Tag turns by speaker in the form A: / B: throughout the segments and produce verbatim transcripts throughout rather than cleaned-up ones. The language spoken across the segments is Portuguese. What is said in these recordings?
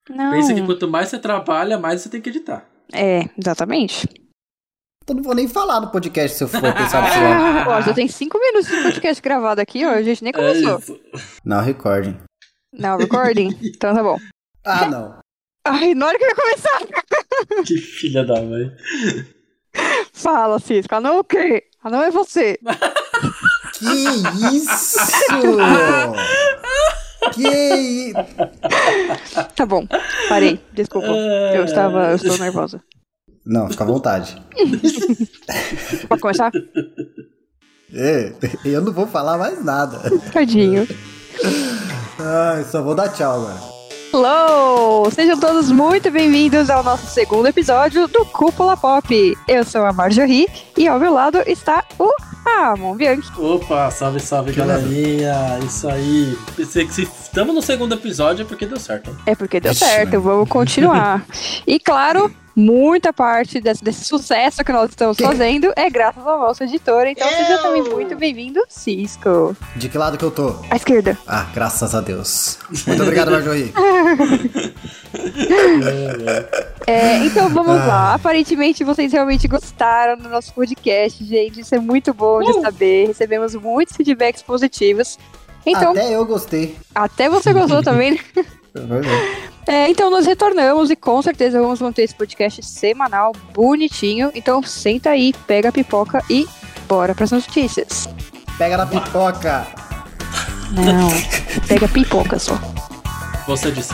A: Não.
B: Pensa que quanto mais você trabalha, mais você tem que editar.
A: É, exatamente.
C: Eu não vou nem falar no podcast se eu for pensar desse lado.
A: Ó, já tem cinco minutos de podcast gravado aqui, ó. A gente nem começou.
B: É isso.
C: Não, recording.
A: Não, recording? Então tá bom.
C: Ah, não.
A: Ai, na hora que vai começar.
B: Que filha da mãe.
A: Fala, Cisco. Ah, não o quê? Ah, não é você.
C: Que isso? Que isso?
A: Tá bom, parei. Desculpa. Eu estava, eu estou nervosa.
C: Não, fica à vontade.
A: Pode começar?
C: É, eu não vou falar mais nada.
A: Tadinho.
C: Ai, só vou dar tchau agora.
A: Hello! Sejam todos muito bem-vindos ao nosso segundo episódio do Cúpula Pop. Eu sou a Marjorie e ao meu lado está o Ramon Bianchi.
B: Opa, salve, salve,
C: Que
B: galerinha. Isso aí. Pensei que se estamos no segundo episódio é porque deu certo, hein?
A: É porque deu
C: Ixi,
A: certo,
C: mano.
A: vamos continuar. E claro, muita parte desse, desse sucesso que nós estamos fazendo é graças à nossa editora. Então seja também muito bem-vindo, Cisco.
C: De que lado que eu tô?
A: À esquerda.
C: Ah, graças a Deus. Muito obrigado, Marjorie.
A: É, então vamos
C: Ah.
A: lá. Aparentemente vocês realmente gostaram do nosso podcast, gente. Isso é muito bom de saber. Recebemos muitos feedbacks positivos. Então, até,
C: Até eu gostei.
A: você gostou também, né? É, então nós retornamos e com certeza vamos manter esse podcast semanal bonitinho. Então senta aí, pega a pipoca e bora pras notícias.
C: Pega na pipoca.
A: Não, pega pipoca só.
B: Você disse.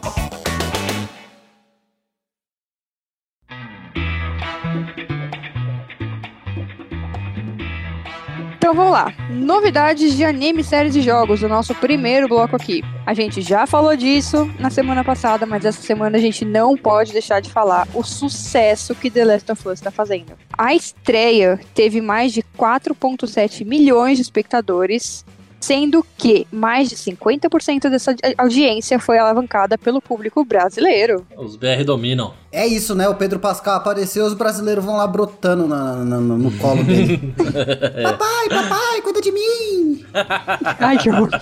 A: Então vamos lá. Novidades de anime, séries e jogos, o nosso primeiro bloco aqui. A gente já falou disso na semana passada, mas essa semana a gente não pode deixar de falar o sucesso que The Last of Us está fazendo. A estreia teve mais de quatro vírgula sete milhões de espectadores, sendo que mais de cinquenta por cento dessa audiência foi alavancada pelo público brasileiro.
B: Os B R dominam.
C: É isso, né? O Pedro Pascal apareceu, os brasileiros vão lá brotando na, na- no, no colo dele. Papai, papai, cuida de mim!
A: Ai, que horror.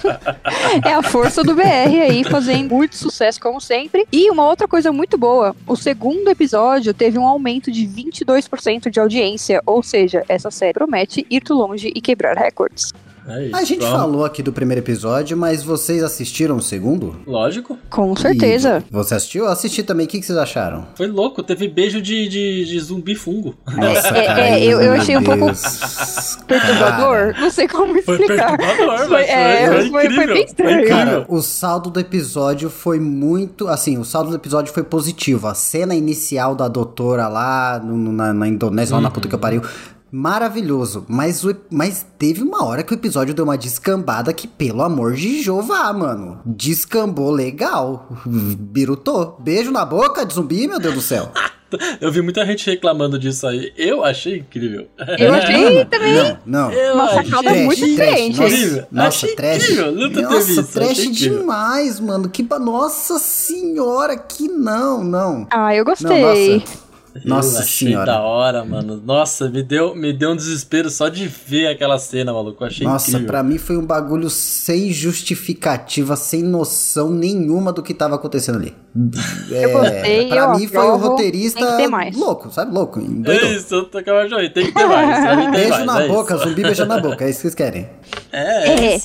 A: É a força do B R aí, fazendo muito sucesso, como sempre. E uma outra coisa muito boa, o segundo episódio teve um aumento de vinte e dois por cento de audiência, ou seja, essa série promete ir longe e quebrar recordes.
B: É isso.
C: A gente
B: Vamos.
C: falou aqui do primeiro episódio, mas vocês assistiram o segundo?
B: Lógico.
A: Com certeza.
C: E você assistiu? Eu assisti também. O que, que vocês acharam?
B: Foi louco. Teve beijo de, de, de zumbi fungo.
C: Nossa,
A: É,
C: cara,
A: é, eu- eu
C: meu
A: achei um pouco
C: Deus.
A: Perturbador? Não sei como
B: Foi
A: explicar.
B: perturbador,
A: Foi,
B: mas
A: é,
B: foi,
A: foi, foi
B: incrível.
A: bem estranho.
B: Foi
C: Cara,
B: incrível.
C: o saldo do episódio foi muito... Assim, o saldo do episódio foi positivo. A cena inicial da doutora lá no- na, na Indonésia, lá na puta que eu pariu... Maravilhoso, mas, o, mas teve uma hora que o episódio deu uma descambada que, pelo amor de Jeová, mano, descambou legal, birutou, beijo na boca de zumbi, meu Deus do céu.
B: Eu vi muita gente reclamando disso aí. Eu achei incrível.
A: Eu achei também.
C: Não, não.
B: Eu
A: Uma
B: achei
A: sacada muito diferente.
C: Nossa,
B: Incrível.
C: nossa,
B: Achei
C: trash.
B: incrível, nunca teve
C: Nossa,
B: isso,
C: trash
B: achei incrível.
C: demais, mano. Que ba- Nossa senhora, que não, não.
A: Ah, eu
C: Não,
A: gostei.
C: nossa. Nossa
B: eu achei
C: senhora.
B: da hora, mano. Nossa, me deu, me deu um desespero só de ver aquela cena, maluco. Eu achei
C: Nossa,
B: incrível.
C: pra mim foi um bagulho sem justificativa, sem noção nenhuma do que tava acontecendo ali. É,
A: Eu gostei,
C: pra
A: eu
C: mim foi o
A: aprovo,
C: roteirista
A: tem que ter mais.
C: louco, sabe? Louco,
B: É
C: endoidou.
B: isso, eu tô acabando de tem que ter mais. Tem que ter
C: Beijo
B: mais,
C: na
B: é
C: boca,
B: isso.
C: zumbi beijando na boca, é isso que vocês querem.
B: É, é
A: É.
B: isso.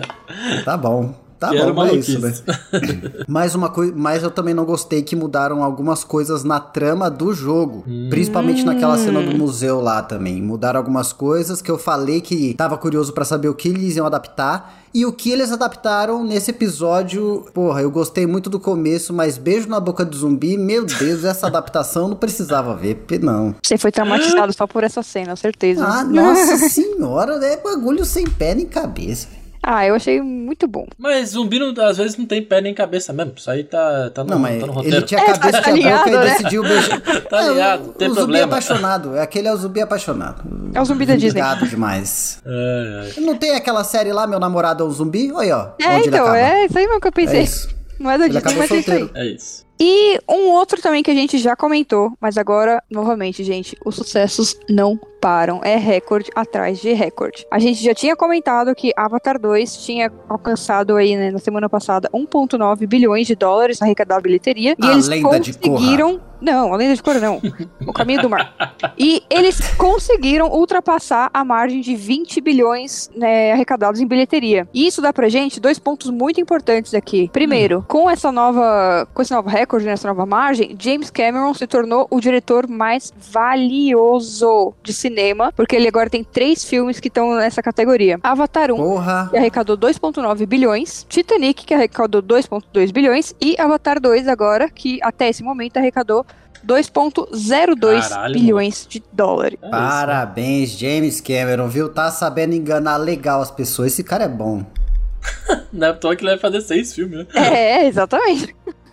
C: Tá bom. Tá
B: Quero
C: bom, é isso, né?
B: maluquice.
C: mais uma coisa, mas eu também não gostei que mudaram algumas coisas na trama do jogo, principalmente naquela cena do museu lá também. Mudaram algumas coisas que eu falei que tava curioso pra saber o que eles iam adaptar e o que eles adaptaram nesse episódio. Porra, eu gostei muito do começo, mas beijo na boca do zumbi, meu Deus, essa adaptação eu não precisava ver, porque não.
A: Você foi traumatizado só por essa cena, certeza.
C: Ah, nossa senhora, é bagulho sem pé nem cabeça.
A: Ah, eu achei muito bom.
B: Mas zumbi não- às vezes não tem pé nem cabeça mesmo. Isso aí tá, tá, no,
C: Não, mas
B: tá no roteiro.
C: ele tinha
A: É,
C: cabeça,
A: tá
C: tinha
A: ligado,
C: boca e
A: né?
C: decidiu beijar.
B: Tá
C: É,
B: ligado,
C: o,
B: não tem
C: o zumbi
B: problema.
C: apaixonado. Aquele é o zumbi apaixonado.
A: É o zumbi da Disney.
C: Ligado demais.
B: É, é.
C: Não tem aquela série lá, Meu Namorado é um Zumbi? Olha, ó.
A: É,
C: onde ele
A: então,
C: acaba.
A: é isso aí mesmo que eu pensei.
C: É isso.
A: Não é da
C: Ele
A: Disney,
C: acabou
A: mas é isso aí.
C: solteiro.
B: É isso.
A: E um outro também que a gente já comentou, mas agora, novamente, gente, os sucessos não param, é recorde atrás de recorde. A gente já tinha comentado que Avatar dois tinha alcançado aí, né, na semana passada um vírgula nove bilhões de dólares arrecadado bilheteria, e
C: a
A: eles
C: lenda
A: conseguiram...
C: De Korra.
A: Não, a lenda de Korra não. O caminho do mar. E eles conseguiram ultrapassar a margem de vinte bilhões, né, arrecadados em bilheteria. E isso dá pra gente dois pontos muito importantes aqui. Primeiro, hum. com essa nova, com esse novo recorde, nessa nova margem, James Cameron se tornou o diretor mais valioso de cinema, porque ele agora tem três filmes que estão nessa categoria. Avatar um,
C: Porra.
A: que arrecadou dois vírgula nove bilhões, Titanic, que arrecadou dois vírgula dois bilhões, e Avatar dois agora, que até esse momento arrecadou dois vírgula zero dois
B: Caralho,
A: bilhões
B: mano.
A: de dólares.
B: É
C: Parabéns, isso, James Cameron, viu? Tá sabendo enganar legal as pessoas. Esse cara é bom.
B: Não é à toa que ele vai fazer seis filmes, né?
A: É, exatamente.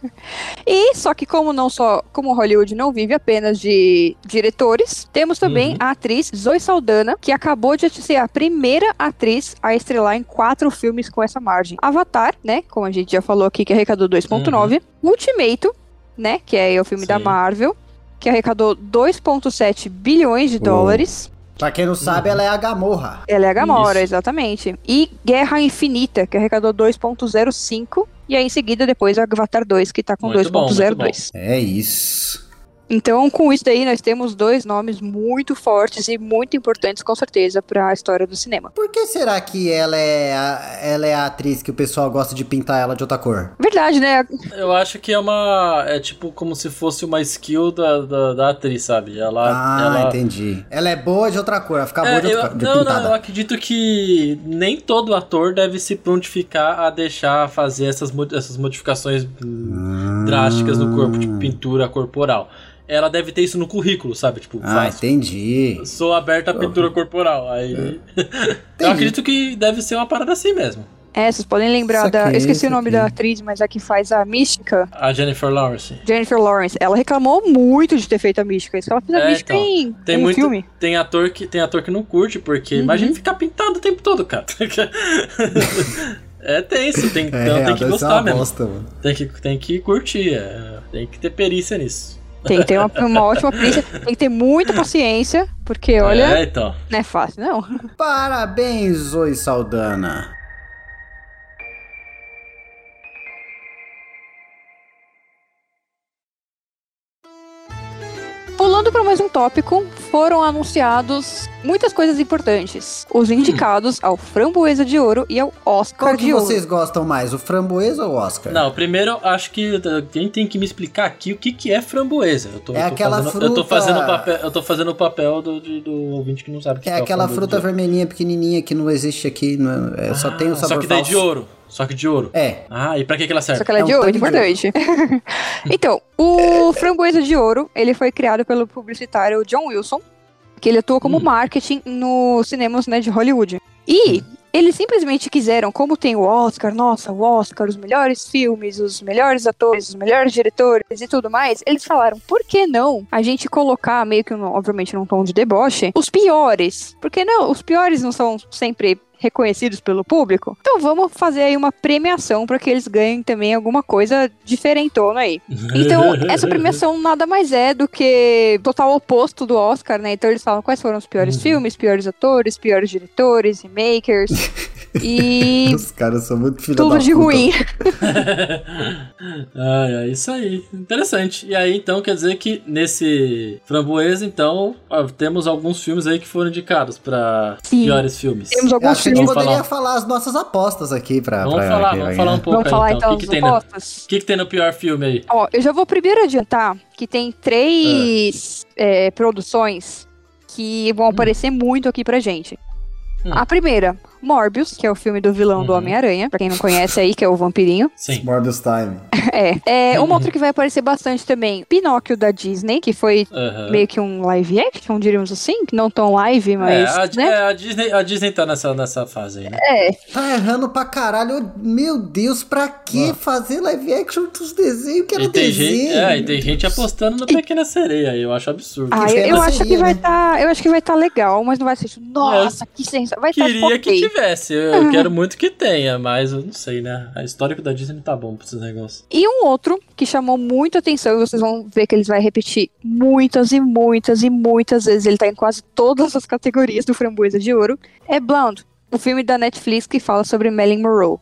A: E só que como não só como Hollywood não vive apenas de diretores, temos também uhum. a atriz Zoe Saldana, que acabou de ser a primeira atriz a estrelar em quatro filmes com essa margem. Avatar, né, como a gente já falou aqui, que arrecadou dois vírgula nove, uhum. Ultimato, né, que é o filme Sim. da Marvel, que arrecadou dois vírgula sete bilhões de oh. dólares.
C: Pra quem não sabe, uhum. ela é a Gamorra.
A: Ela é a Gamora, Isso. exatamente. E Guerra Infinita, que arrecadou dois vírgula zero cinco. E aí, em seguida, depois, a Avatar dois, que tá com dois vírgula zero dois.
C: É isso.
A: Então, com isso daí, nós temos dois nomes muito fortes e muito importantes, com certeza, para a história do cinema.
C: Por que será que ela é, a, ela é a atriz que o pessoal gosta de pintar ela de outra cor?
A: Verdade, né?
B: Eu acho que é uma... É tipo como se fosse uma skill da, da, da atriz, sabe? Ela,
C: ah,
B: ela...
C: entendi. Ela é boa de outra cor, ela fica
B: é,
C: boa de,
B: eu,
C: outra, de
B: não,
C: pintada.
B: Não, eu acredito que nem todo ator deve se prontificar a deixar fazer essas, essas modificações hum... drásticas no corpo, tipo pintura corporal. Ela deve ter isso no currículo, sabe? Tipo,
C: ah,
B: faz,
C: entendi.
B: Sou aberta à pintura corporal. Aí. Eu acredito que deve ser uma parada assim mesmo.
A: É, vocês podem lembrar da... Eu esqueci o nome da atriz, mas a que faz a Mística.
B: A Jennifer Lawrence.
A: Jennifer Lawrence. Ela reclamou muito de ter feito a Mística. Isso que ela fez a
B: é,
A: Mística
B: então,
A: em
B: tem
A: um
B: muito,
A: filme.
B: Tem ator, que, tem ator que não curte, porque uhum. imagina ficar pintado o tempo todo, cara. É tenso, tem, é, então tem que gostar mesmo. Bosta, tem, que, tem que curtir, é, tem que ter perícia nisso.
A: Tem que ter uma, uma ótima perícia, tem que ter muita paciência, porque olha,
B: é, então.
A: não é fácil, não.
C: Parabéns, Zoe Saldana.
A: Pulando para mais um tópico, foram anunciados muitas coisas importantes. Os indicados ao Framboesa de Ouro e ao Oscar
C: Qual que
A: de Ouro.
C: vocês gostam mais, o Framboesa ou o Oscar?
B: Não, primeiro acho que quem tem que me explicar aqui o que, que é framboesa. Eu tô,
C: é
B: eu tô
C: aquela
B: fazendo,
C: fruta...
B: Eu tô fazendo o papel, eu tô fazendo o papel do, do, do ouvinte que não sabe o que é,
C: é aquela fruta vermelhinha pequenininha que não existe aqui, não é, ah, só tem o sabor
B: Só que daí
C: falso.
B: de ouro. Só que de ouro.
C: É.
B: Ah, e pra que que ela serve?
A: Só que ela é,
C: é
A: de
C: um
A: ouro, importante. Então, o Framboesa de Ouro, ele foi criado pelo publicitário John Wilson, que ele atua como hum. marketing nos cinemas, né, de Hollywood. E hum. eles simplesmente quiseram, como tem o Oscar, nossa, o Oscar, os melhores filmes, os melhores atores, os melhores diretores e tudo mais, eles falaram, por que não a gente colocar, meio que, obviamente, num tom de deboche, os piores? Porque não, os piores não são sempre reconhecidos pelo público, então vamos fazer aí uma premiação para que eles ganhem também alguma coisa diferentona aí. Então, essa premiação nada mais é do que total oposto do Oscar, né? Então eles falam quais foram os piores uhum. filmes, piores atores, piores diretores, remakers e...
C: Os caras são muito filha
A: tudo
C: da
A: de
C: puta.
A: ruim.
B: ah, é isso aí. Interessante. E aí, então, quer dizer que nesse Framboesa, então, ó, temos alguns filmes aí que foram indicados para piores filmes.
A: Temos alguns
C: filmes. A gente poderia falar... falar as nossas apostas aqui pra...
B: Vamos
C: pra
B: falar,
C: aqui,
B: vamos
C: aqui,
B: falar
C: né?
B: um pouco
A: vamos
B: aí,
A: falar,
B: então.
A: então,
B: O que, que, tem no... que, que tem no pior filme aí?
A: Ó, eu já vou primeiro adiantar que tem três é. É, produções que vão aparecer hum. muito aqui pra gente. Hum. A primeira, Morbius, que é o filme do vilão uhum. do Homem-Aranha. Pra quem não conhece aí, que é o vampirinho.
B: Sim.
C: Morbius Time.
A: É. É uma outra que vai aparecer bastante também, Pinóquio da Disney, que foi
B: uhum.
A: meio que um live action, diríamos assim, que não tão live, mas,
B: é, a,
A: né?
B: É, a Disney, a Disney tá nessa, nessa fase aí, né?
A: É.
C: Tá errando pra caralho. Meu Deus, pra que ah. fazer live action dos desenhos que era
B: e tem
C: desenho?
B: Gente, é, e tem gente apostando no Pequena Sereia aí, eu acho absurdo.
A: Ah, eu, eu acho que vai estar, tá, eu acho que vai estar tá legal, mas não vai ser, nossa, é. que sensacional. Vai estar tá
B: Queria que tivesse. Eu quero muito que tenha, mas eu não sei, né? A história da Disney não tá bom pra esses negócios.
A: E um outro que chamou muita atenção, e vocês vão ver que eles vai repetir muitas e muitas e muitas vezes, ele tá em quase todas as categorias do Framboesa de Ouro, é Blonde, o filme da Netflix que fala sobre Marilyn Monroe.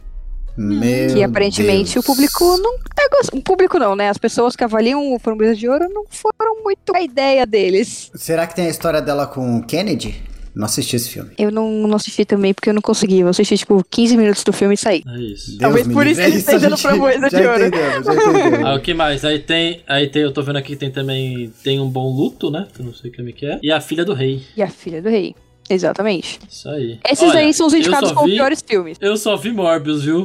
C: Meu
A: que aparentemente
C: Deus.
A: o público não é gost... o público não, né? As pessoas que avaliam o Framboesa de Ouro não foram muito a ideia deles.
C: Será que tem a história dela com o Kennedy? Não assisti esse filme.
A: Eu não, não assisti também porque eu não consegui. Eu assisti tipo quinze minutos do filme e saí.
B: É isso.
A: Talvez por isso ele esteja no Framboesa de Ouro.
C: Já entendemos, já entendemos.
B: Ah, o que mais? Aí tem, aí tem, eu tô vendo aqui que tem também, tem Um Bom Luto, né? Que eu não sei como é que é. E A Filha do Rei.
A: E A Filha do Rei. Exatamente.
B: Isso aí.
A: Esses
B: Olha,
A: aí são os indicados como
B: vi,
A: piores filmes.
B: Eu só vi Morbius, viu?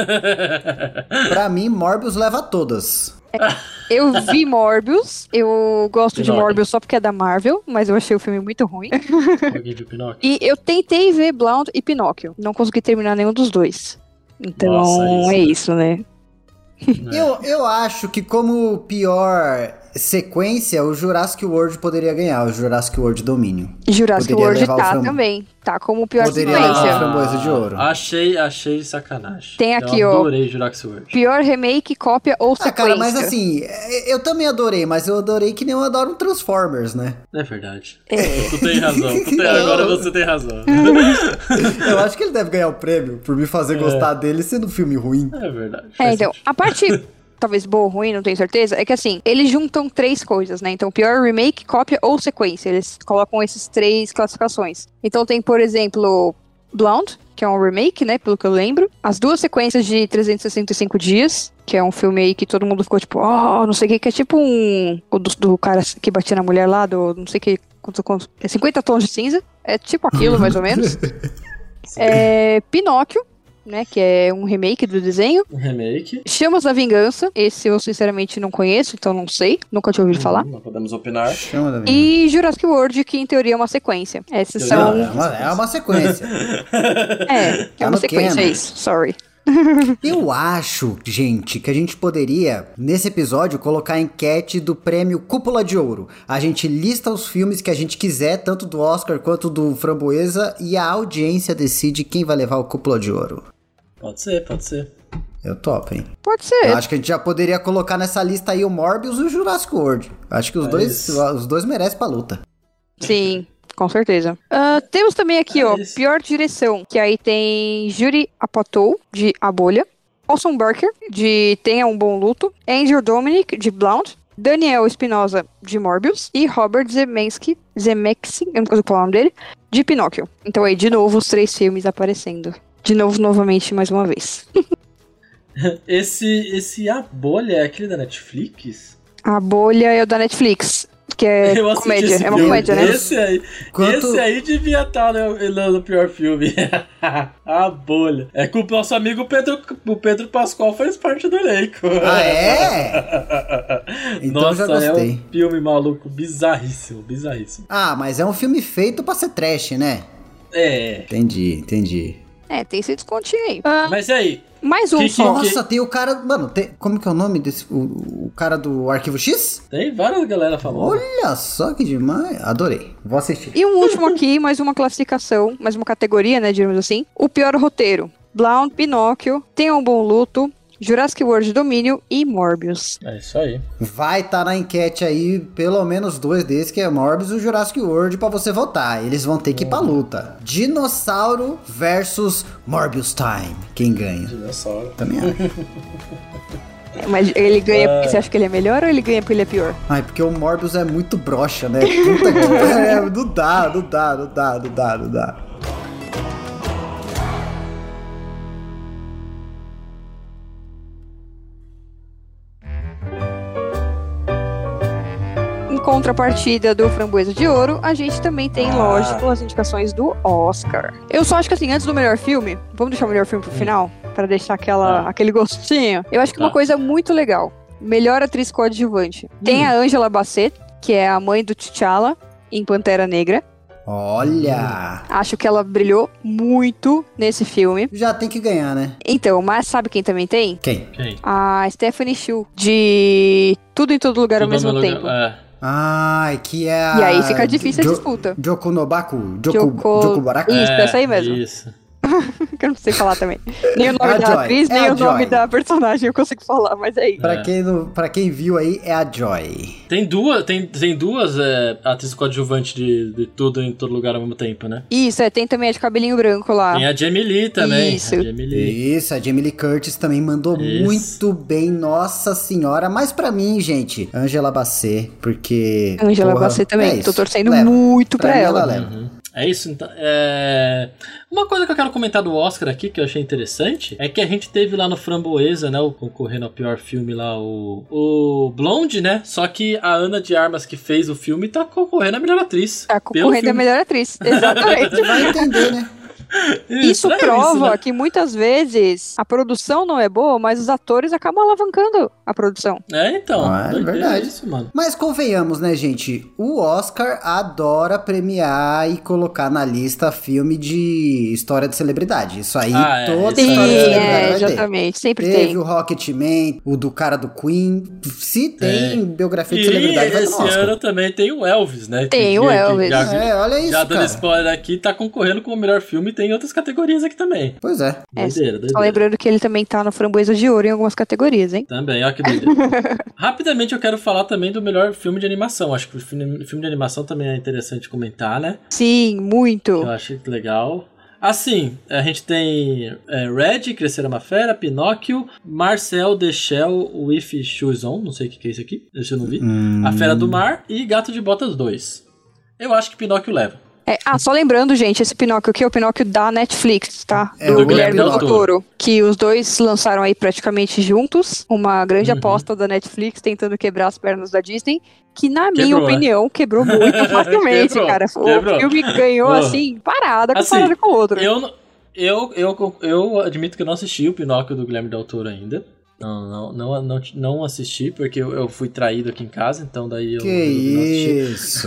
C: Pra mim, Morbius leva todas.
A: Eu vi Morbius. Eu gosto de
B: Pinóquio.
A: Morbius só porque é da Marvel, mas eu achei o filme muito ruim.
B: Alguém viu Pinóquio?
A: E eu tentei ver Blonde e Pinóquio. Não consegui terminar nenhum dos dois. Então
B: Nossa,
A: é
B: isso,
A: isso, né?
C: Eu, eu acho que como pior sequência, o Jurassic World poderia ganhar, o Jurassic World Domínio.
A: Jurassic
C: Poderia
A: World
C: levar o
A: tá
C: fram-
A: também. Tá como pior
C: Poderia
A: sequência.
C: levar o Framboesa de Ouro.
B: Achei, achei sacanagem.
A: Tem aqui,
B: eu
A: ó.
B: adorei Jurassic World.
A: Pior remake, cópia ou
C: Ah,
A: sequência.
C: cara, mas assim, eu também adorei, mas eu adorei que nem eu adoro Transformers, né?
B: É verdade. Tu tem razão. Tu tem, agora você tem razão.
C: Eu acho que ele deve ganhar o prêmio por me fazer gostar dele sendo um filme ruim.
B: É verdade.
A: É,
B: Faz
A: então,
B: sentido.
A: a parte talvez boa ou ruim, não tenho certeza, é que assim, eles juntam três coisas, né? Então, pior remake, cópia ou sequência. Eles colocam esses três classificações. Então tem, por exemplo, Blonde, que é um remake, né? Pelo que eu lembro. As duas sequências de trezentos e sessenta e cinco dias, que é um filme aí que todo mundo ficou tipo, oh, não sei o que, que é tipo um... O do, do cara que batia na mulher lá, do não sei o que, quanto, quanto, é cinquenta tons de cinza. É tipo aquilo, mais ou menos. É, Pinóquio, né? Que é um remake do desenho.
B: Um remake.
A: Chamas da Vingança. Esse eu sinceramente não conheço, então não sei. Nunca tinha ouvido falar.
B: Hum, não podemos opinar.
C: Chama da minha.
A: E Jurassic World, que em teoria é uma sequência. Essas
B: Teoria
A: são...
C: Não, é uma, é uma sequência.
A: É, é
C: Tá
A: uma
C: no
A: sequência,
C: canon.
A: é isso. Sorry.
C: Eu acho, gente, que a gente poderia, nesse episódio, colocar a enquete do prêmio Cúpula de Ouro. A gente lista os filmes que a gente quiser, tanto do Oscar quanto do Framboesa, e a audiência decide quem vai levar o Cúpula de Ouro.
B: Pode ser, pode ser.
C: Eu topo, hein?
A: Pode ser.
C: Eu acho que a gente já poderia colocar nessa lista aí o Morbius e o Jurassic World. Acho que os,
B: É
C: dois,
B: isso.
C: os dois merecem pra luta.
A: Sim, com certeza. Ah, temos também aqui,
B: É
A: ó,
B: isso.
A: pior direção. Que aí tem Judy Apatow, de A Bolha. Olson Barker, de Tenha um Bom Luto. Andrew Dominic, de Blonde. Daniel Espinosa, de Morbius. E Robert Zemeckis, Zemeckis, eu não consigo falar o nome dele, de Pinóquio. Então aí, de novo, os três filmes aparecendo. De novo, novamente, mais uma vez.
B: Esse, esse A Bolha é aquele da Netflix?
A: A Bolha é o da Netflix, que é
B: Eu assisti
A: comédia.
B: esse
A: É uma
B: filme.
A: comédia, né?
B: Esse aí,
C: Quanto-
B: esse aí devia estar no, no, no pior filme. A Bolha. É que o nosso amigo Pedro, o Pedro Pascoal faz parte do elenco.
C: Ah, é? Então
B: Nossa,
C: já
B: é
C: gostei.
B: um filme maluco, bizarríssimo, bizarríssimo.
C: Ah, mas é um filme feito pra ser trash, né?
B: É.
C: Entendi, entendi.
A: É, tem esse descontinho aí. Ah,
B: Mas e aí?
A: mais um
B: que-
A: só.
B: que-
C: Nossa, tem o cara... Mano, tem- como que é o nome desse... O, o cara do Arquivo X?
B: Tem várias galera falando.
C: Olha só que demais. Adorei. Vou assistir.
A: E um último aqui, mais uma classificação, mais uma categoria, né, digamos assim. O pior roteiro. Blonde, Pinóquio, Tenha um Bom Luto, Jurassic World Domínio e Morbius.
B: É isso aí.
C: Vai estar na enquete aí pelo menos dois desses, que é Morbius e o Jurassic World, pra você votar. Eles vão ter que ir pra luta. Dinossauro versus Morbius Time. Quem ganha?
B: Dinossauro.
C: Também acho.
A: Mas ele ganha porque você acha que ele é melhor ou ele ganha porque ele é pior?
C: Ai, porque o Morbius é muito broxa, né? Puta que é, não dá, não dá, não dá, não dá, não dá.
A: Em contrapartida do Framboesa de Ouro, a gente também tem,
B: Ah.
A: lógico, as indicações do Oscar. Eu só acho que assim, antes do melhor filme, vamos deixar o melhor filme pro final? Pra deixar aquela,
B: Tá.
A: aquele gostinho. Eu acho que uma
B: Tá.
A: coisa muito legal. Melhor atriz coadjuvante. Tem a Angela Bassett, que é a mãe do T'Challa em Pantera Negra.
C: Olha!
A: Acho que ela brilhou muito nesse filme.
C: Já tem que ganhar, né?
A: Então, mas sabe quem também tem?
C: Quem?
B: Quem?
A: A Stephanie Shu, de Tudo em Todo Lugar ao
B: Tudo
A: Mesmo
B: no
A: Tempo.
B: lugar- É.
C: Ai, que é a...
A: E aí fica difícil
C: jo-
A: a disputa.
C: Jokunobaku? Joku,
A: Joko-
C: Jokubaraku?
A: Isso,
B: É,
A: essa aí mesmo.
B: Isso.
A: Que eu não sei falar também. Nem o nome
C: É a
A: da
C: Joy,
A: atriz,
C: é
A: nem
C: a
A: o nome
C: Joy.
A: da personagem eu consigo falar, mas é isso.
C: Pra,
B: É.
C: quem não, pra quem viu aí, é a Joy.
B: Tem duas, tem, tem duas é, atrizes coadjuvantes de, de tudo em todo lugar ao mesmo tempo, né?
A: Isso, é, tem também a de cabelinho branco lá.
B: Tem a Jamie Lee também.
A: Isso.
B: A Jamie Lee.
C: Isso, a Jamie Lee Curtis também mandou
B: Isso.
C: muito bem, nossa senhora. Mas pra mim, gente, Angela Bassett, porque...
A: Angela
C: porra,
A: Bassett também,
C: é
A: tô
C: isso.
A: torcendo
C: Leva.
A: muito pra,
C: mim,
A: ela.
C: leva.
B: Uhum. É isso, então. É... Uma coisa que eu quero comentar do Oscar aqui, que eu achei interessante, é que a gente teve lá no Framboesa, né, o concorrendo ao pior filme lá, o, o Blonde, né? Só que a Ana de Armas, que fez o filme, tá concorrendo a melhor atriz.
A: Tá
B: pelo
A: concorrendo a
B: filme.
A: melhor atriz. Exatamente.
C: Vai entender, né?
A: Isso
B: é
A: prova
B: né?
A: que muitas vezes a produção não é boa, mas os atores acabam alavancando a produção.
B: É, então.
C: Ah, é
B: doideira
C: verdade.
B: isso, mano.
C: Mas convenhamos, né, gente? O Oscar adora premiar e colocar na lista filme de história de celebridade. Isso aí,
B: Ah, é,
C: toda
B: isso
A: Sim,
C: história de
B: aí
C: celebridade
A: é,
C: vai ter.
A: exatamente. Sempre
C: Teve
A: tem.
C: o Rocketman, o do cara do Queen. Se tem
B: É.
C: biografia de
B: E
C: celebridade, vai ter
B: esse
C: no Oscar.
B: ano também tem o Elvis, né?
A: Tem
B: Que-
A: o
B: que- que
A: Elvis.
B: Já,
C: É, olha isso,
B: já dando
C: cara.
B: spoiler aqui, tá concorrendo com o melhor filme e tem outras categorias aqui também.
C: Pois é.
A: É,
B: Doideira,
A: Só
B: doideira.
A: lembrando que ele também tá no Framboesa de Ouro em algumas categorias, hein?
B: Também, olha que doideira. Rapidamente eu quero falar também do melhor filme de animação. Acho que o filme, filme de animação também é interessante comentar, né?
A: Sim, muito.
B: Eu achei legal. Assim, a gente tem é, Red, Crescer é uma Fera, Pinóquio, Marcel the Shell with Shoes On, não sei o que que é isso aqui, esse eu não vi.
C: Hum.
B: A Fera do Mar e Gato de Botas dois. Eu acho que Pinóquio leva.
A: É, ah, só lembrando, gente, esse Pinóquio aqui é o Pinóquio da Netflix, tá?
C: É,
A: do
C: o
A: Guilherme
C: Guilherme
A: Del
C: Del
A: Toro. Que os dois lançaram aí praticamente juntos. Uma grande
B: Uhum.
A: aposta da Netflix tentando quebrar as pernas da Disney. Que, na minha
B: Quebrou, né?
A: opinião, quebrou muito facilmente,
B: Quebrou,
A: cara. O
B: quebrou.
A: filme ganhou,
B: Oh.
A: assim, parada
B: Assim,
A: comparado com o outro.
B: Eu, não- eu, eu, eu admito que eu não assisti o Pinóquio do Guilherme Del Toro ainda. Não, não, não, não, não assisti, porque eu, eu fui traído aqui em casa, então daí eu,
C: Que
B: eu não assisti.
C: isso.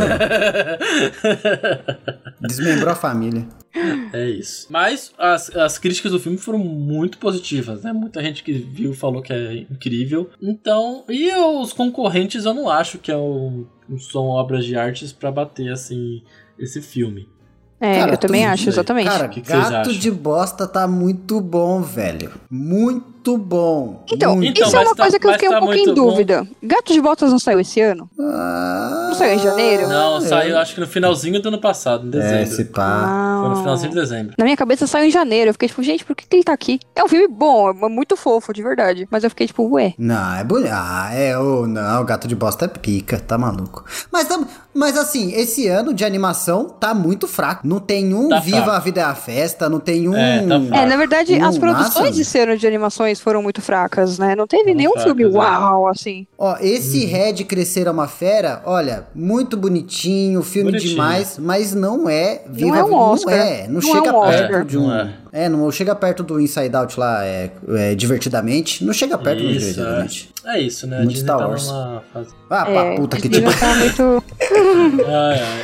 C: Desmembrou a família.
B: É isso. Mas as, as críticas do filme foram muito positivas, né? Muita gente que viu falou que é incrível. Então, e os concorrentes eu não acho que é um, são obras de artes pra bater, assim, esse filme.
A: É,
C: Cara,
A: eu também
C: tudo
A: acho,
B: aí.
A: exatamente.
C: Cara,
B: que que vocês
C: Gato
B: acham?
C: de Bosta tá muito bom, velho. Muito bom.
A: Então,
C: muito
B: Então,
A: isso é
B: mas
A: uma
B: tá-
A: coisa que eu
B: mas
A: fiquei um
B: tá
A: pouco em
B: muito bom.
A: dúvida. Gato de Botas não saiu esse ano?
C: Ah,
A: Não saiu em janeiro?
B: Não,
C: é.
B: saiu acho que no finalzinho do ano passado, em
C: É,
B: dezembro.
C: esse pá.
B: Foi no
A: Ah.
B: finalzinho de dezembro.
A: Na minha cabeça saiu em janeiro. Eu fiquei tipo, gente, por que, que ele tá aqui? É um filme bom, é muito fofo, de verdade. Mas eu fiquei tipo, ué.
C: Não, é bonito. Ah, é, ô, não, o Gato de Bosta é pica, tá maluco. Mas, tam- mas assim, esse ano de animação tá muito fraco. Não tem um
B: Tá
C: Viva
B: fraco.
C: a Vida é a Festa, não tem um...
B: É, tá fraco.
A: É, na verdade,
C: Não,
A: as produções
C: massa.
A: desse ano de animações foram muito fracas, né? Não teve
B: Foram
A: nenhum
B: fracas,
A: filme
B: é.
A: uau, assim.
C: Ó, esse Red Crescer é uma Fera, olha, muito bonitinho, filme
B: Bonitinho.
C: demais, mas não é Viva
A: é
C: a
A: um
C: Vida,
A: Oscar.
C: não é, não,
A: Não
C: chega
A: é um
C: perto
A: Oscar.
C: de um...
B: Não é.
C: É, não chega perto do Inside Out lá, é, é, divertidamente, não chega perto do
B: Isso,
C: divertidamente.
B: é. É isso, né?
C: Muito
B: A Disney
C: Star
B: tá
C: Wars.
B: numa fase...
C: Ah,
A: É,
C: pá, puta que
A: Disney
C: te
A: não tá muito...
B: Ai, ai.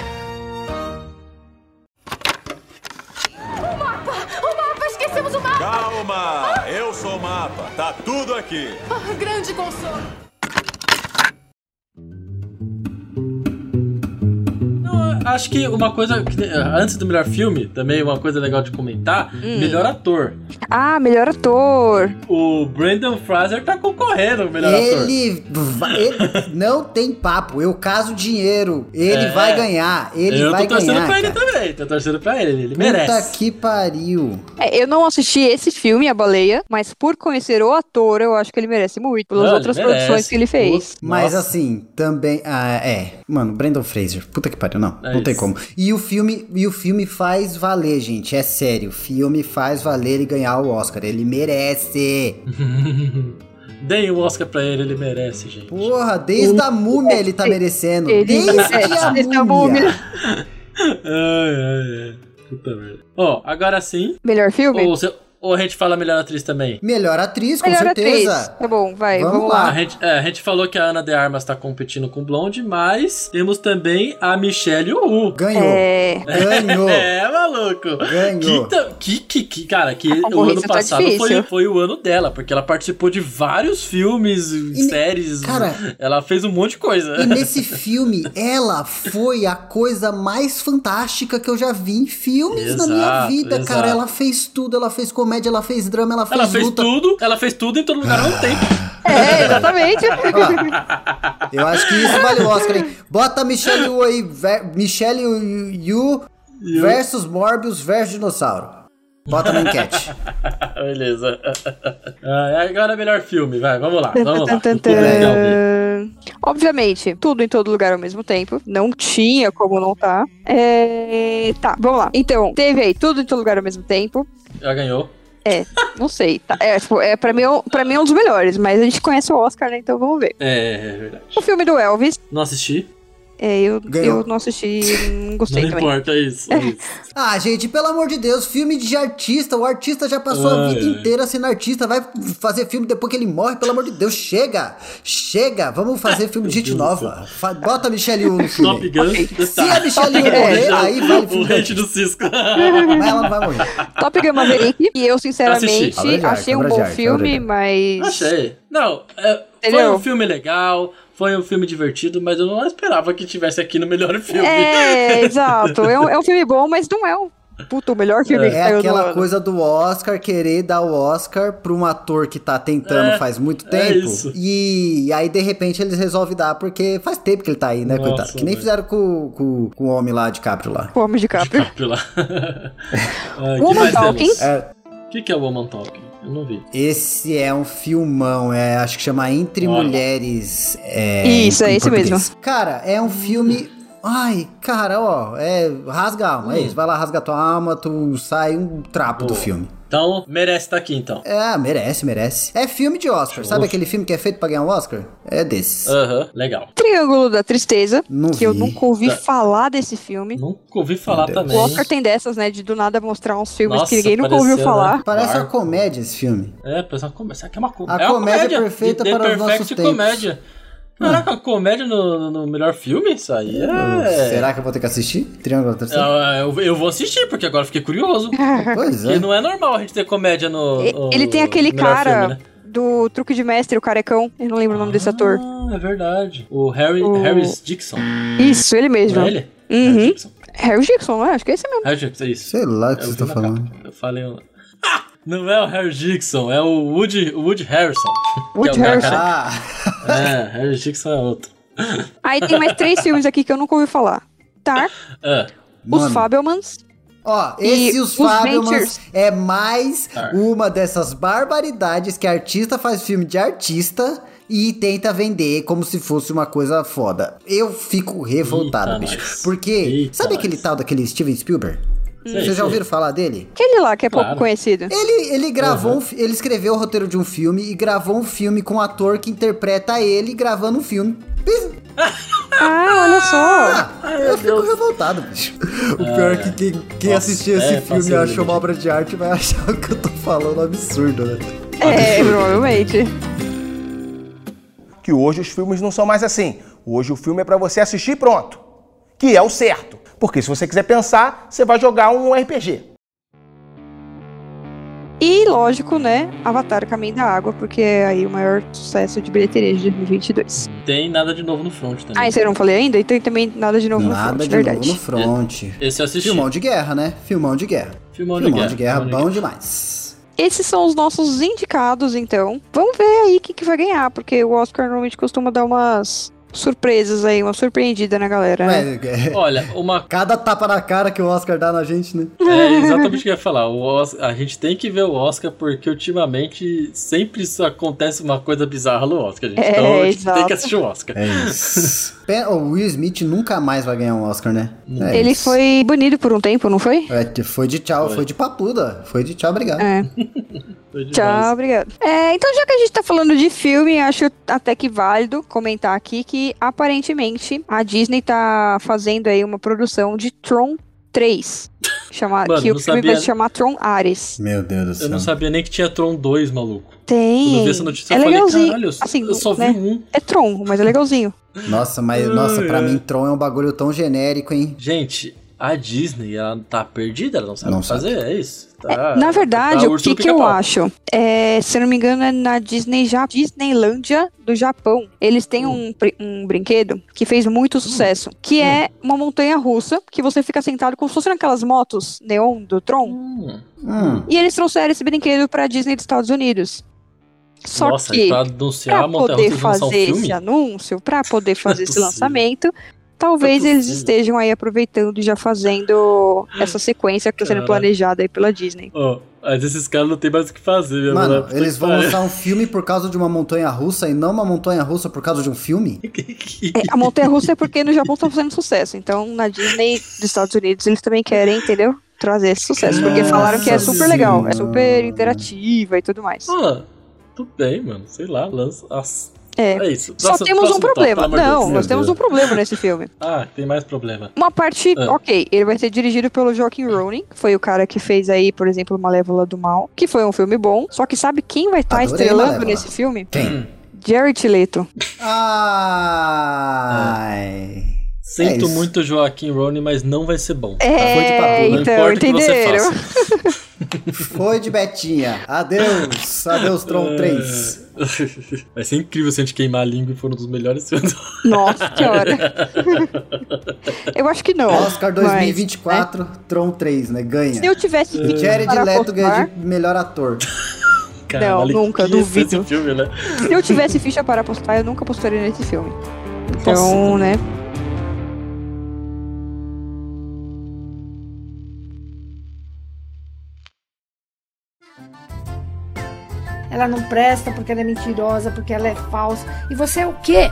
D: O mapa! Esquecemos o mapa!
E: Calma! Eu sou o mapa. Tá tudo aqui.
D: Ah, grande consolo!
B: Não, acho que uma coisa, que, antes do melhor filme, também uma coisa legal de comentar,
A: Hum.
B: melhor ator.
A: Ah, melhor ator.
B: O Brendan Fraser tá concorrendo ao melhor ator.
C: Ele, vai, ele não tem papo, eu caso dinheiro, ele
B: É.
C: vai ganhar, ele
B: Eu
C: vai
B: tô torcendo
C: ganhar,
B: pra ele
C: cara.
B: também, tô torcendo pra ele, ele
C: Puta
B: merece.
C: que pariu.
A: É, eu não assisti esse filme, A Baleia, mas por conhecer o ator, eu acho que ele merece muito, pelas
B: Não, ele
A: outras
B: merece.
A: produções que ele fez.
C: Mas
B: Nossa.
C: assim, também, ah, é, mano, Brendan Fraser, puta que pariu, não,
B: É
C: não tem
B: isso.
C: como. E o filme, e o filme faz valer, gente, é sério, o filme faz valer e ganhar o Oscar, ele merece.
B: Deem o Oscar pra ele, ele merece, gente.
C: Porra, desde a múmia ele tá merecendo,
A: Ele
C: desde
A: merece,
C: a
A: desde a
C: múmia.
A: múmia.
B: Ai, ai, ai. Puta merda. Ó, agora sim,
A: Melhor filme?
B: o seu, Ou a gente fala melhor atriz também?
C: Melhor atriz, com
A: Melhor
C: certeza.
A: atriz. Tá bom, vai, vamos,
C: Vamos
A: lá.
C: lá.
B: A gente, é, a gente falou que a Ana de Armas tá competindo com Blonde, mas temos também a Michelle Yeoh.
C: Ganhou.
A: É...
C: Ganhou.
B: É, maluco.
C: Ganhou.
B: Que, ta- que, que, que, cara, que
A: A
B: o ano
A: concorrência tá
B: passado foi,
A: difícil.
B: foi o ano dela, porque ela participou de vários filmes,
C: ne-
B: séries.
C: cara,
B: ela fez um monte de coisa.
C: E nesse filme, ela foi a coisa mais fantástica que eu já vi em filmes na minha
B: Exato,
C: vida,
B: exato.
C: cara. Ela fez tudo, ela fez comédia, ela fez drama, ela fez
B: Ela fez
C: luta.
B: tudo, ela fez tudo em todo lugar ao mesmo tempo.
A: É, exatamente.
C: Ó, eu acho que isso vale o Oscar, hein? Bota a Michelle Yeoh aí, ver- Michelle Yeoh versus Morbius versus Dinossauro. Bota na enquete.
B: Beleza. Ah, agora é melhor filme, vai, vamos lá, vamos lá.
A: Tan, tan,
B: Ficou legal ver.
A: tan. Obviamente, tudo em todo lugar ao mesmo tempo. Não tinha como não tá. É... Tá, vamos lá. Então, teve aí tudo em todo lugar ao mesmo tempo.
B: Já ganhou.
A: É, não sei. Tá. É, tipo, é, pra, mim, é um- pra mim é um dos melhores, mas a gente conhece o Oscar, né? Então vamos ver.
B: É, é verdade.
A: O filme do Elvis,
B: Não assisti?
A: é, eu,
C: Ganhou.
A: eu não assisti, não gostei
B: Não
A: também.
B: importa, é isso. É isso.
C: Ah, gente, pelo amor de Deus, filme de artista. O artista já passou a
B: Ai,
C: vida
B: ai.
C: inteira sendo artista. Vai fazer filme depois que ele morre, pelo amor de Deus. Chega! Chega! Vamos fazer filme de gente
B: Deus do
C: nova. Fa- Bota a Michelle Yeoh no filme.
B: Top Gun.
C: Se
B: tá.
C: a Michelle Yeoh morrer, aí vale
B: O
C: filme de
B: hate
C: artista.
B: do Cisco.
C: Mas ela não vai morrer.
A: Top Gun Maverick, e eu sinceramente
B: Assisti.
C: Obra de arte,
A: achei um
C: obra
A: bom
C: de arte, obra de
A: filme,
C: arte.
A: mas...
B: Achei. Não, é, foi
A: Entendeu?
B: um filme legal, foi um filme divertido, mas eu não esperava que tivesse aqui no melhor filme.
A: É, exato. É um, é um filme bom, mas não é um puto, o melhor filme que
C: É
A: saiu do
C: aquela
A: ano.
C: coisa do Oscar, querer dar o Oscar pra um ator que tá tentando
B: É,
C: faz muito
B: é
C: tempo.
B: isso.
C: E aí, de repente, eles resolvem dar, porque faz tempo que ele tá aí, né,
B: Nossa,
C: coitado? Que nem
B: velho.
C: fizeram com, com, com o homem lá de Caprio lá.
A: O Homem de Caprio.
B: Lá. Ah, que
A: Woman
B: mais
A: Talking.
B: temos?
C: É,
B: O que, que é o Woman Talking? Eu não vi.
C: esse é um filmão, é, acho que chama Entre
B: Olha.
C: Mulheres. É,
A: Isso,
C: em
A: é esse
C: português.
A: mesmo.
C: Cara, é um filme. Ai, cara, ó, é. Rasga a alma, é
B: Hum.
C: isso. Vai lá, rasga a tua alma, tu sai um trapo do
B: Boa.
C: filme.
B: Então, merece estar aqui, então.
C: É, merece, merece. É filme de Oscar. Sabe aquele filme que é feito pra ganhar um Oscar? É desses.
B: Aham, legal.
A: Triângulo da Tristeza,
C: Não
A: que eu
C: vi.
A: nunca ouvi
B: Tá.
A: falar desse filme.
B: Nunca ouvi falar
C: Meu Deus.
B: também.
A: O Oscar tem dessas, né, de do nada mostrar uns filmes
B: Nossa,
A: que ninguém nunca
B: pareceu,
A: ouviu falar.
B: né?
C: Parece uma
B: Barco.
C: comédia esse filme.
B: É, parece uma comédia. Será que é uma, co-
C: A
B: é uma
C: comédia perfeita
B: The
C: para os
B: Perfect
C: nossos tempos.
B: comédia. Caraca, a comédia no, no melhor filme? Isso aí é...
C: Será que eu vou ter que assistir? Triângulo da Tristeza?
B: Eu, eu, eu vou assistir, porque agora eu fiquei curioso.
C: Pois
B: Porque
C: é.
B: não é normal a gente ter comédia no,
A: E-
B: no
A: Ele tem aquele
B: melhor
A: cara
B: filme, né?
A: do Truque de Mestre, o carecão. Eu não lembro o nome desse ator.
B: Ah, é verdade. O Harry,
A: O-
B: Harris Dixon.
A: Isso, ele mesmo.
B: Não é ele?
A: Uhum.
B: Harry Dixon.
A: Harry Dixon, né? Acho que é esse mesmo.
B: Harry Dixon, é isso.
C: Sei lá o que
B: Eu
C: você
B: vi
C: tá
B: na
C: falando.
B: capa. Eu falei... um- Ah! Não é o Harry Dixon, é o Woody, o Woody Harrison.
A: Woody
B: que é o cara
A: Harrison.
B: careca.
C: Ah,
B: É, Harry Dixon é outro.
A: Aí tem mais três filmes aqui que eu nunca ouvi falar. Tar,
B: É.
A: Os
C: mano.
A: Fabelmans.
C: Ó,
A: E
C: esse Os
A: os
C: Fabelmans
A: Ventures.
C: é mais
B: Tá.
C: uma dessas barbaridades que artista faz filme de artista e tenta vender como se fosse uma coisa foda. Eu fico revoltado,
B: Eita,
C: bicho.
B: nós.
C: Porque,
B: Eita,
C: sabe
B: nós.
C: aquele tal daquele Steven Spielberg?
B: Sei,
C: Vocês
B: sei.
C: já ouviram falar dele?
A: Aquele lá que é pouco
B: Claro.
A: conhecido.
C: Ele, ele gravou, um fi- ele escreveu o roteiro de um filme e gravou um filme com um ator que interpreta ele gravando um filme.
A: Ah, olha só.
C: Ah, eu fico revoltado, bicho. O pior é que quem, quem
B: Nossa,
C: assistiu esse
B: é,
C: filme e
B: passei
C: achou uma
B: limite.
C: obra de arte vai achar que eu tô falando absurdo, né?
A: É, provavelmente.
F: Que hoje os filmes não são mais assim. Hoje o filme é pra você assistir e pronto. Que é o certo. Porque se você quiser pensar, você vai jogar um R P G.
A: E, lógico, né, Avatar Caminho da Água, porque é aí o maior sucesso de bilheteria de dois mil e vinte e dois.
B: Tem nada de novo no front também.
A: Ah, isso eu não falei ainda? E tem também nada de novo
C: Nada
A: no front,
C: de
A: verdade.
C: novo no front.
B: Esse eu assisti.
C: Filmão de guerra, né? Filmão de guerra.
B: Filmão de
C: Filmão
B: guerra,
C: de guerra,
B: filmão de
C: bom
B: guerra.
C: demais.
A: Esses são os nossos indicados, então. Vamos ver aí o que, que vai ganhar, porque o Oscar normalmente costuma dar umas surpresas aí, uma surpreendida na galera. né?
C: Ué, é-
B: Olha, uma...
C: cada tapa na cara que o Oscar dá na gente, né?
B: É exatamente o que eu ia falar. O Os- A gente tem que ver o Oscar porque ultimamente sempre isso acontece uma coisa bizarra no Oscar, gente.
A: É,
B: Então a gente
A: exato.
B: tem que assistir o Oscar.
C: É isso. Pe- O Will Smith nunca mais vai ganhar um Oscar, né? É
A: Ele
C: isso.
A: foi banido por um tempo, não foi?
C: É, foi de tchau, foi. de papuda. Foi de tchau, obrigado.
A: É.
B: Foi demais.
A: Tchau, obrigado. É, então, já que a gente tá falando de filme, acho até que válido comentar aqui que, aparentemente, a Disney tá fazendo aí uma produção de Tron três. Chama,
B: Mano,
A: que o
B: não
A: filme
B: sabia-
A: vai se chamar Tron Ares.
C: Meu Deus do céu.
B: Eu não sabia nem que tinha Tron dois, maluco.
A: Tem.
B: Quando eu vi essa notícia,
A: é
B: eu falei,
A: legalzinho.
B: caralho, eu,
A: assim,
B: eu só
A: né?
B: vi um.
A: É Tron, mas é legalzinho.
C: Nossa, mas nossa, pra mim Tron é um bagulho tão genérico, hein?
B: Gente, a Disney, ela tá perdida, ela não sabe
C: Não
B: o que fazer, é isso. Tá,
A: É, na verdade,
B: tá
A: o
B: urso no
A: que, que eu
B: pica-pau.
A: acho? É, se eu não me engano, é na Disney, já, Disneylândia do Japão. Eles têm um, bri- um brinquedo que fez muito sucesso, que é uma montanha russa, que você fica sentado como se fosse naquelas motos neon do Tron.
B: Hum,
C: Hum.
A: E eles trouxeram esse brinquedo pra Disney dos Estados Unidos. Só
B: Nossa,
A: que,
B: e pra anunciar
A: pra
B: a Montanha
A: poder
B: Russa e lançar um
A: fazer
B: filme?
A: esse anúncio, pra poder fazer esse
B: possível.
A: lançamento, talvez
B: Não é
A: eles
B: possível.
A: estejam aí aproveitando e já fazendo essa sequência que está sendo
B: Cara.
A: planejada aí pela Disney.
B: Ó, mas esses caras não tem mais o que fazer, minha
C: Mano,
B: mulher.
C: eles vão lançar um filme por causa de uma montanha russa e não uma montanha russa por causa de um filme?
A: É, a montanha russa é porque no Japão está fazendo sucesso, então na Disney dos Estados Unidos eles também querem, entendeu? Trazer esse sucesso, porque
C: Nossa
A: falaram que é super legal, é
C: Senhora.
A: super interativa e tudo mais.
B: Ah, tudo bem, mano. Sei lá, lança. As...
A: É.
B: É isso.
A: Só
B: Próximo-
A: temos um
B: próximo top,
A: problema.
B: pelo amor de
A: Não,
B: Deus.
A: nós
C: Meu
A: temos
C: Deus.
A: um problema nesse filme.
B: Ah, tem mais problema.
A: Uma parte,
B: Ah.
A: ok, ele vai ser dirigido pelo Joaquin Rowling, que foi o cara que fez aí, por exemplo, Malévola do Mal, que foi um filme bom, só que sabe quem vai estar
C: Adorei
A: estrelando
C: Malévola.
A: nesse filme?
C: Quem?
A: Jared Leto.
C: Ai.
B: Sinto
C: isso.
B: muito Joaquim Rowling, mas não vai ser bom.
A: É,
C: foi de papo,
B: Não
A: então,
B: importa o que você
A: entenderam?
B: faça.
C: Foi de Betinha. Adeus. Adeus, Tron três.
B: Vai ser incrível se a gente queimar a língua e for um dos melhores filmes.
A: Nossa senhora. Eu acho que não.
C: Oscar dois mil e vinte e
A: mas,
C: quatro, Tron três, né? Ganha.
A: Se eu tivesse ficha
C: Jared
A: para
C: Leto ganha
A: apostar,
C: de melhor ator.
B: Caralho,
A: nunca,
B: que ia ser
A: duvido.
B: Esse filme, né?
A: se eu tivesse ficha para apostar, eu nunca apostaria nesse filme. Então,
B: Nossa.
A: né?
G: Ela não presta porque ela é mentirosa, porque ela é falsa. E você é o quê?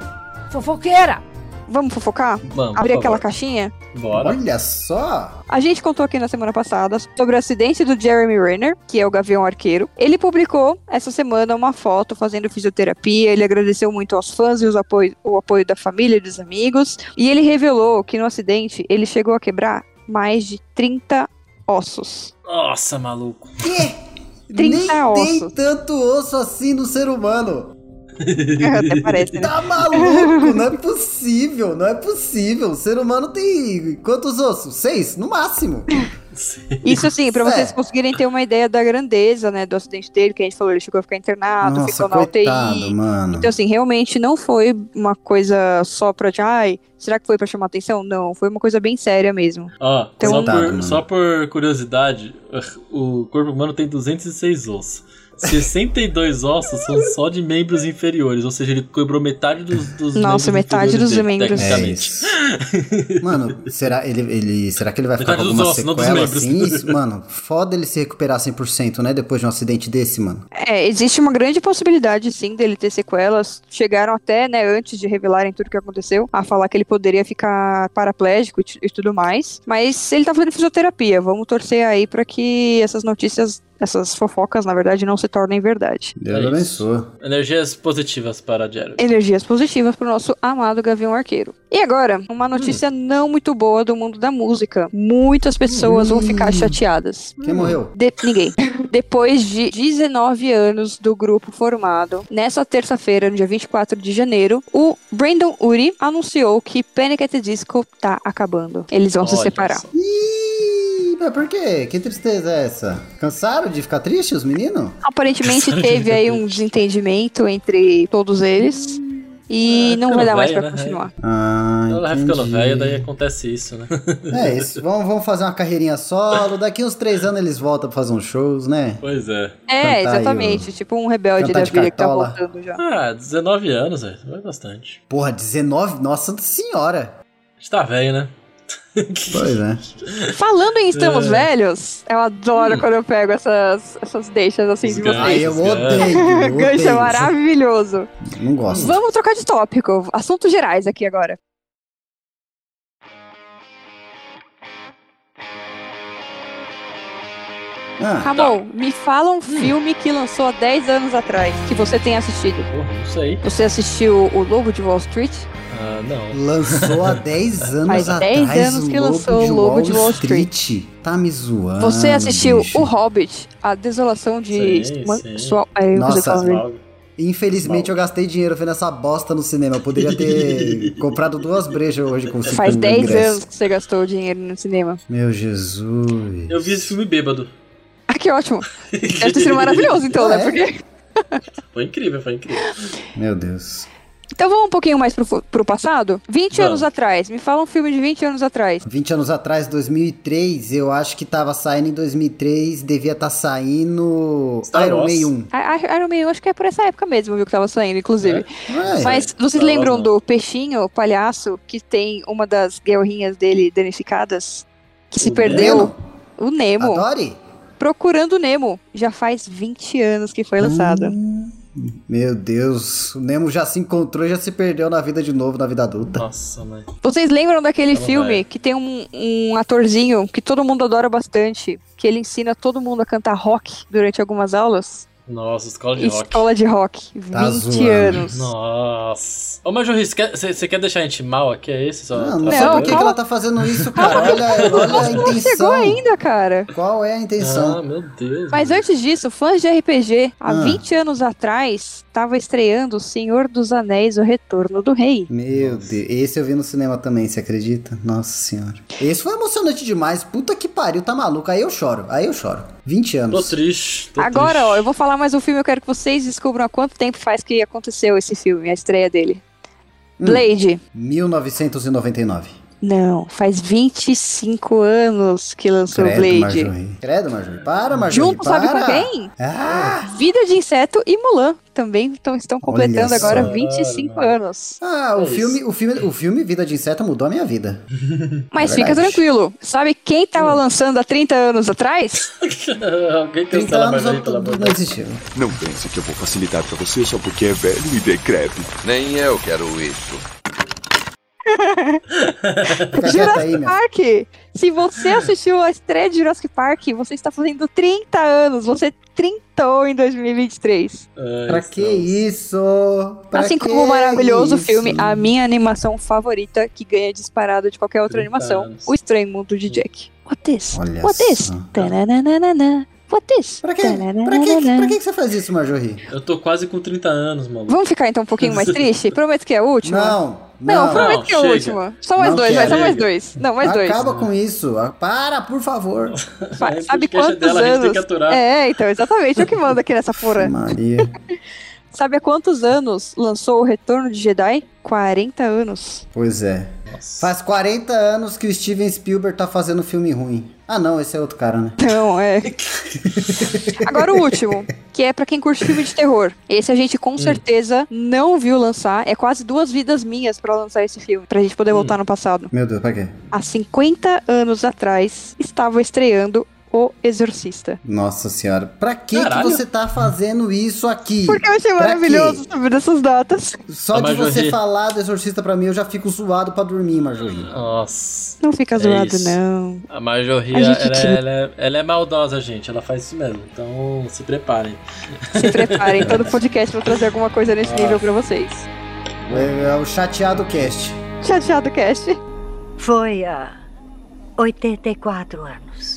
G: Fofoqueira!
A: Vamos fofocar?
B: Vamos,
A: Abrir
B: por
A: aquela
B: favor.
A: caixinha?
B: Bora.
C: Olha só.
A: A gente contou aqui na semana passada sobre o acidente do Jeremy Renner, que é o Gavião Arqueiro. Ele publicou essa semana uma foto fazendo fisioterapia, ele agradeceu muito aos fãs e os apoio, o apoio da família e dos amigos, e ele revelou que no acidente ele chegou a quebrar mais de trinta ossos.
B: Nossa, maluco.
C: Que?
A: trinta
C: Nem tem
A: ossos.
C: tanto osso assim no ser humano.
A: Até parece, né?
C: Tá maluco? Não é possível, não é possível. O ser humano tem quantos ossos? Seis, no máximo.
A: Isso assim, pra vocês
C: É.
A: conseguirem ter uma ideia da grandeza, né, do acidente dele, que a gente falou, ele chegou a ficar internado,
C: Nossa,
A: ficou na U T I.
C: coitado, mano.
A: Então, assim, realmente não foi uma coisa só pra, tipo, ai, será que foi pra chamar atenção? Não, foi uma coisa bem séria mesmo.
B: Ó,
A: Então-
B: só,
C: Coitado,
B: por,
C: mano.
B: só por curiosidade, o corpo humano tem duzentos e seis ossos. sessenta e dois ossos são só de membros inferiores, ou seja, ele quebrou metade dos, dos
A: Nossa,
B: membros
A: metade
B: inferiores
A: dos
B: dele,
A: membros.
C: É
B: tecnicamente.
C: isso. Mano, será, ele, ele, será que ele vai ficar com
B: Metade dos
C: alguma
B: ossos, não dos
C: sequela
B: membros.
C: assim? Isso, mano, foda ele se recuperar cem por cento, né? Depois de um acidente desse, mano.
A: É, existe uma grande possibilidade, sim, dele ter sequelas. Chegaram até, né, antes de revelarem tudo o que aconteceu, a falar que ele poderia ficar paraplégico e, t- e tudo mais. Mas ele tá fazendo fisioterapia. Vamos torcer aí pra que essas notícias, essas fofocas, na verdade, não se tornem verdade.
C: Deus
B: É isso.
C: abençoe.
B: Energias positivas para Jared.
A: Energias positivas pro nosso amado Gavião Arqueiro. E agora, uma notícia não muito boa do mundo da música. Muitas pessoas vão ficar chateadas.
C: Quem morreu?
A: De- ninguém. Depois de dezenove anos do grupo formado, nessa terça-feira, no dia vinte e quatro de janeiro, o Brandon Urie anunciou que Panic! At the Disco tá acabando. Eles vão se
B: Olha
A: separar.
B: só.
C: Ih, mas por quê? Que tristeza é essa? Cansaram de ficar tristes, os meninos?
A: Aparentemente teve aí um desentendimento entre todos eles. E
B: É,
A: não
B: ficando
A: vai dar mais
B: velho,
A: pra
B: né?
A: continuar.
C: Ah,
B: Ela vai
C: entendi.
B: ficando velha, daí acontece isso, né?
C: É isso, vamos, vamos fazer uma carreirinha solo. Daqui uns três anos eles voltam pra fazer uns shows, né?
B: Pois é.
A: É,
C: Cantar aí
A: exatamente. Tipo um rebelde
C: Cantar
A: da
C: de
A: vida que tá
C: cartola.
A: voltando já.
B: Ah, dezenove anos, velho. Vai bastante.
C: Porra, dezenove? Nossa senhora.
B: A gente tá velho, né?
C: Pois é.
A: Falando em estamos
B: É.
A: velhos, eu adoro quando eu pego essas, essas deixas assim
B: Os
A: de
B: ganchos.
C: Ai,
A: vocês.
C: eu odeio, eu
A: Gancho é
C: odeio.
A: maravilhoso.
C: Não gosto.
A: Vamos trocar de tópico. Assuntos gerais aqui agora.
C: Ah,
A: Ramon, me fala um filme que lançou há dez anos atrás, que você tenha assistido.
B: Porra, não sei.
A: Você assistiu O Lobo de Wall Street?
B: Ah, não.
C: lançou há dez anos
A: Faz
C: atrás
A: dez anos
C: o
A: que
C: Lobo
A: lançou
C: de
A: o Lobo
C: Wall
A: de Wall
C: Street. Tá me zoando.
A: Você assistiu
C: bicho.
A: O Hobbit, A Desolação de...
B: Sim,
A: Man-
B: sim.
A: Sua... Aí,
C: Nossa,
A: você fala,
B: Smaug.
C: Infelizmente eu gastei dinheiro vendo essa bosta no cinema. Eu poderia ter comprado duas brejas hoje com cinco
A: Faz dez
C: ingressos.
A: anos que você gastou dinheiro no cinema.
C: Meu Jesus.
B: Eu vi esse filme bêbado.
A: Ah, que ótimo. Deve ter sido maravilhoso, então,
C: Ah,
A: né?
C: é?
A: Porque...
B: Foi incrível, foi incrível.
C: Meu Deus.
A: Então vamos um pouquinho mais pro, fu- pro passado? vinte
B: Vamos.
A: anos atrás. Me fala um filme de vinte anos atrás.
C: vinte anos atrás, dois mil e três, eu acho que tava saindo em dois mil e três, devia estar saindo
B: Star
C: Iron
B: Wars.
C: Man um.
A: A- a- Iron Man, eu acho que é por essa época mesmo, viu, que tava saindo, inclusive.
C: É,
A: Mas vocês
B: Star Wars
A: lembram
B: não.
A: do peixinho, o palhaço, que tem uma das guerrinhas dele danificadas? Que se
B: O
A: perdeu?
C: Nemo?
A: O Nemo.
C: Adore?
A: Procurando o Nemo. Já faz vinte anos que foi lançado.
C: Hum, meu Deus, o Nemo já se encontrou e já se perdeu na vida de novo, na vida adulta.
B: Nossa, mãe.
A: Vocês lembram daquele
B: Vamos
A: filme
B: lá.
A: que tem um, um atorzinho que todo mundo adora bastante? Que ele ensina todo mundo a cantar rock durante algumas aulas?
B: Nossa, escola de rock.
A: Escola de rock.
C: Tá
A: vinte
C: zoando.
A: anos.
B: Nossa. Ô, mas Jorri, você quer, você- você quer deixar a gente mal aqui? É esse? Só
C: Não, não
A: Não,
C: sei por que, que
A: calma.
C: ela tá fazendo isso, cara. Olha, olha a
A: Não chegou
C: intenção.
A: ainda, cara.
C: Qual é a intenção?
B: Ah, meu Deus.
A: Mas
B: mano.
A: antes disso, fãs de R P G, há
C: Ah.
A: vinte anos atrás, estava estreando O Senhor dos Anéis, O Retorno do Rei.
C: Meu Deus, esse eu vi no cinema também, você acredita? Nossa senhora. Esse foi emocionante demais. Puta que pariu, tá maluco. Aí eu choro, aí eu choro. vinte
B: Tô
C: anos.
B: triste. Tô
A: Agora,
B: triste.
A: ó, eu vou falar mais um filme, eu quero que vocês descubram há quanto tempo faz que aconteceu esse filme, a estreia dele.
C: Hum.
A: Blade.
C: mil novecentos e noventa e nove.
A: Não, faz vinte e cinco anos que lançou
C: Credo,
A: Blade.
C: Marjorie. Credo, Marjorie. Para, Marjorie,
A: Junto,
C: para.
A: sabe com quem?
C: Ah,
A: Vida de Inseto e Mulan também tão, estão completando
C: Olha
A: agora
C: só.
A: vinte e cinco anos.
C: ah o,
B: É
C: filme, o, filme, o filme Vida de Inseto mudou a minha vida.
A: Mas
C: É
A: fica
C: verdade.
A: tranquilo, sabe quem tava lançando há trinta anos atrás?
B: Alguém
C: trinta
B: cancela
C: anos
B: mais aí,
C: eu,
B: pelo amor de
C: não
B: Deus.
C: existiu.
H: Não pense que eu vou facilitar pra você só porque é velho e decrépito.
E: Nem eu quero isso.
C: Fica quieta
A: Jurassic
C: aí, meu.
A: Park! Se você assistiu a estreia de Jurassic Park, você está fazendo trinta anos, você trintou em dois mil e vinte e três.
B: Ai,
C: Pra que isso? Pra
A: Assim
C: que
A: como o maravilhoso
C: isso?
A: filme, a minha animação favorita, que ganha disparado de qualquer outra
B: trinta
A: animação,
B: anos.
A: O Estranho Mundo de Jack. What is?
C: Olha
A: What is?
C: só.
A: Tananana. What is?
C: Pra quê? Pra quê? Pra que que você faz isso, Marjorie?
B: Eu tô quase com trinta anos, maluco.
A: Vamos ficar então um pouquinho mais triste? Prometo que é a última?
C: Não,
A: Não,
C: não.
A: prometo
B: Não,
A: que é a
B: chega.
A: última. Só mais
C: Não
A: dois, vai,
C: quero.
A: só mais dois. Não, mais dois.
C: Acaba com isso. Ah, Para, por favor.
A: Fa-
B: É,
A: Sabe
B: podcast
A: quantos
B: dela, a gente tem
A: anos?
B: que aturar.
A: É, então, exatamente. É o que manda aqui nessa porra.
C: Maria.
A: Sabe há quantos anos lançou o Retorno de Jedi? quarenta anos.
C: Pois é.
B: Nossa.
C: Faz quarenta anos que o Steven Spielberg tá fazendo filme ruim. Ah, não, esse é outro cara, né?
A: Não, é. Agora o último, que é pra quem curte filme de terror. Esse a gente com certeza não viu lançar. É quase duas vidas minhas pra lançar esse filme, pra gente poder voltar no passado.
C: Meu Deus, pra quê?
A: Há cinquenta anos atrás, estava estreando O Exorcista.
C: Nossa senhora. Pra que, que
B: Caralho.
C: você tá fazendo isso aqui?
A: Porque eu achei
C: Pra
A: maravilhoso
C: quê?
A: saber dessas datas.
C: Só
B: A
C: de você
B: Marjorie.
C: falar do Exorcista pra mim, eu já fico zoado pra dormir, Marjorie.
B: Nossa.
A: Não fica
B: É
A: zoado,
B: isso.
A: não.
B: A Marjorie,
A: A gente
B: ela,
A: que-
B: ela, é, ela é maldosa, gente. Ela faz isso mesmo. Então, se preparem.
A: Se preparem, todo podcast vou trazer alguma coisa nesse nível pra vocês.
C: É, é o Chateado Cast.
A: Chateado Cast.
I: Foi há oitenta e quatro anos.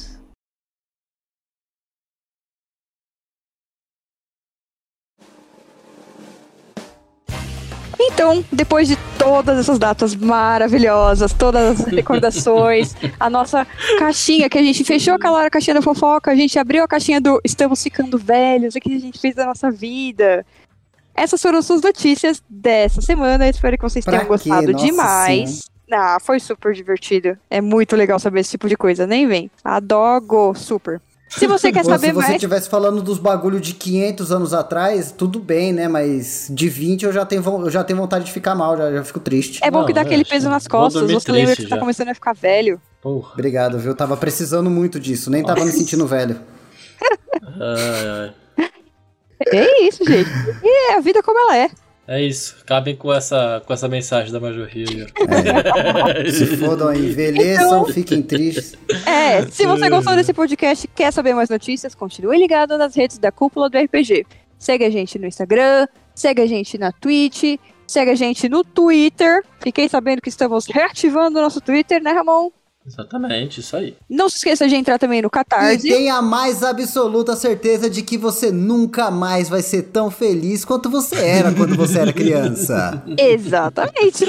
A: Então, depois de todas essas datas maravilhosas, todas as recordações, a nossa caixinha, que a gente fechou aquela caixinha da fofoca, a gente abriu a caixinha do Estamos Ficando Velhos, o que a gente fez da nossa vida. Essas foram suas notícias dessa semana, eu espero que vocês
C: Pra
A: tenham
C: quê?
A: gostado
C: Nossa
A: demais. Ah, foi super divertido. É muito legal saber esse tipo de coisa, nem vem. Adogo, super. Se você quer
C: Pô,
A: saber
C: se você
A: mais...
C: estivesse falando dos bagulho de quinhentos anos atrás, tudo bem, né? Mas de vinte eu já tenho, von- eu já tenho vontade de ficar mal, já, já fico triste.
A: É bom
B: Não,
A: que dá
B: é,
A: aquele peso nas
B: vou
A: costas,
B: dormir
A: você lembra que
B: triste
A: tá
B: já.
A: começando a ficar velho.
B: Porra.
C: Obrigado, viu? Eu tava precisando muito disso, nem tava me sentindo velho.
B: Ai, ai.
A: É isso, gente. E é a vida como ela é.
B: É isso. Acabem com essa, com essa mensagem da majoria aí,
C: É. Se fodam aí, envelheçam, então... fiquem tristes.
A: É, se você gostou desse podcast, quer saber mais notícias, continue ligado nas redes da Cúpula do R P G. Segue a gente no Instagram, segue a gente na Twitch, segue a gente no Twitter. Fiquei sabendo que estamos reativando o nosso Twitter, né, Ramon?
B: Exatamente, isso aí.
A: Não se esqueça de entrar também no Catarse.
C: E tenha a mais absoluta certeza de que você nunca mais vai ser tão feliz quanto você era quando você era criança.
A: Exatamente.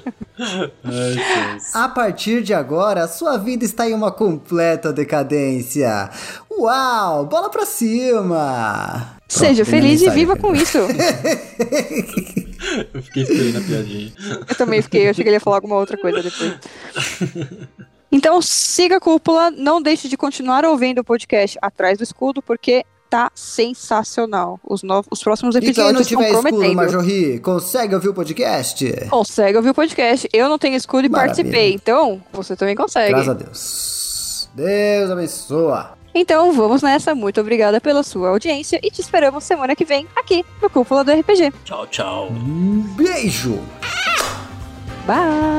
C: A partir de agora, sua vida está em uma completa decadência. Uau, bola pra cima!
A: Seja Pronto, feliz e viva com isso.
B: Eu fiquei esperando a piadinha.
A: Eu também fiquei, eu achei que ele ia falar alguma outra coisa depois. Então siga a Cúpula, não deixe de continuar ouvindo o podcast Atrás do Escudo, porque tá sensacional. Os, novos, os próximos episódios estão prometendo. E quem não tiver escudo,
C: Marjorie, consegue ouvir o podcast?
A: Consegue ouvir o podcast. Eu não tenho escudo e Maravilha. Participei, então você também consegue.
C: Graças a Deus. Deus abençoa.
A: Então vamos nessa, muito obrigada pela sua audiência e te esperamos semana que vem aqui no Cúpula do R P G.
B: Tchau, tchau.
C: Um beijo.
A: Bye.